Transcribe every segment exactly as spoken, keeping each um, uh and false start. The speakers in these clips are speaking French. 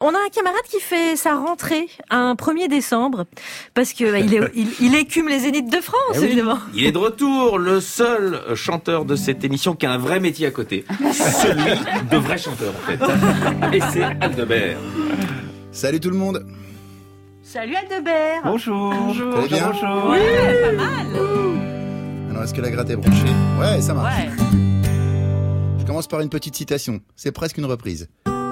On a un camarade qui fait sa rentrée un premier décembre parce que bah, il, est, il, il écume les Zéniths de France, eh oui, évidemment. Il est de retour, le seul chanteur de cette émission qui a un vrai métier à côté. Celui de vrai chanteur, en fait. Et c'est Aldebert. Salut tout le monde. Salut Aldebert. Bonjour. Bonjour. Ça va bien ? Bonjour. Oui, ouais, pas mal. Alors, est-ce que la gratte est branchée ? Ouais, ça marche. Ouais. Je commence par une petite citation. C'est presque une reprise.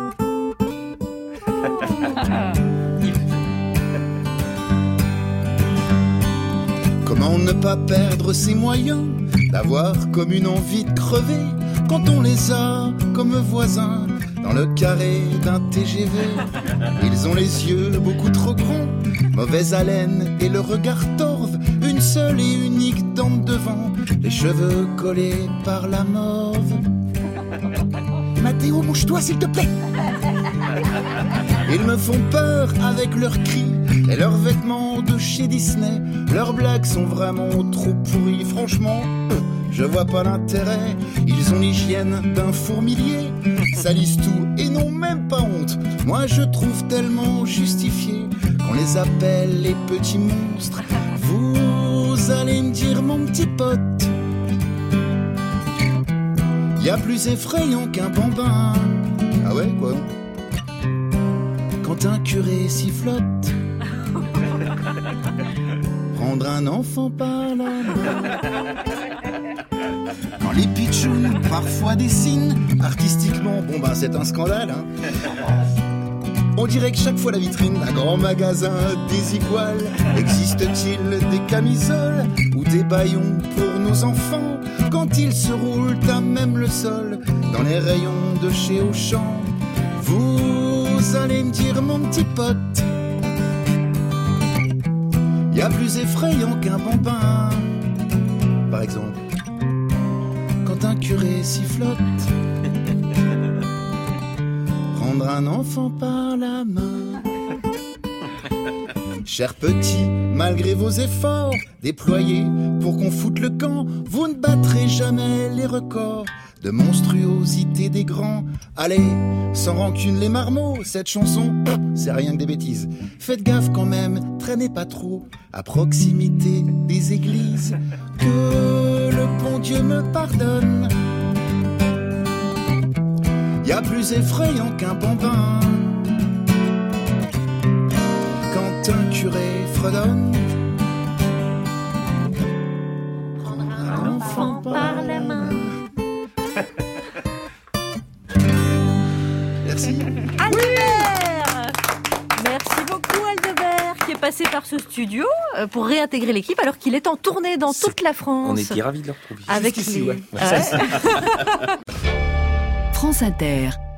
Comment ne pas perdre ses moyens, d'avoir comme une envie de crever, quand on les a comme voisins dans le carré d'un T G V. Ils ont les yeux beaucoup trop grands, mauvaise haleine et le regard torve, une seule et unique dent devant, les cheveux collés par la morve. Mathéo, bouge-toi s'il te plaît. Ils me font peur avec leurs cris et leurs vêtements de chez Disney. Leurs blagues sont vraiment trop pourries. Franchement, je vois pas l'intérêt. Ils ont l'hygiène d'un fourmilier, salissent tout et n'ont même pas honte. Moi je trouve tellement justifié qu'on les appelle les petits monstres. Vous allez me dire mon petit pote, y a plus effrayant qu'un bambin. Ah ouais, quoi ? Quand un curé sifflote, prendre un enfant par la main. Quand les pitchouns parfois dessinent artistiquement, bon ben c'est un scandale, hein. On dirait que chaque fois la vitrine d'un grand magasin désigual. Existe-t-il des camisoles ou des bâillons pour nos enfants quand ils se roulent à même le sol dans les rayons de chez Auchan? Vous allez me dire mon petit pote, y a plus effrayant qu'un bambin. Par exemple, quand un curé sifflote, prendre un enfant par la main. Cher petit, malgré vos efforts déployés pour qu'on foute le camp, vous ne battrez jamais les records de monstruosité des grands. Allez, sans rancune les marmots, cette chanson, c'est rien que des bêtises. Faites gaffe quand même, traînez pas trop à proximité des églises. Que le bon Dieu me pardonne, y a plus effrayant qu'un bambin. Quand un curé fredonne, prendre un enfant par la main. Merci. Aldebert. Merci beaucoup Aldebert qui est passé par ce studio pour réintégrer l'équipe alors qu'il est en tournée dans C'est... toute la France. On était ravis de le retrouver. Avec Jusqu'ici, les... ouais. Ouais. France Inter.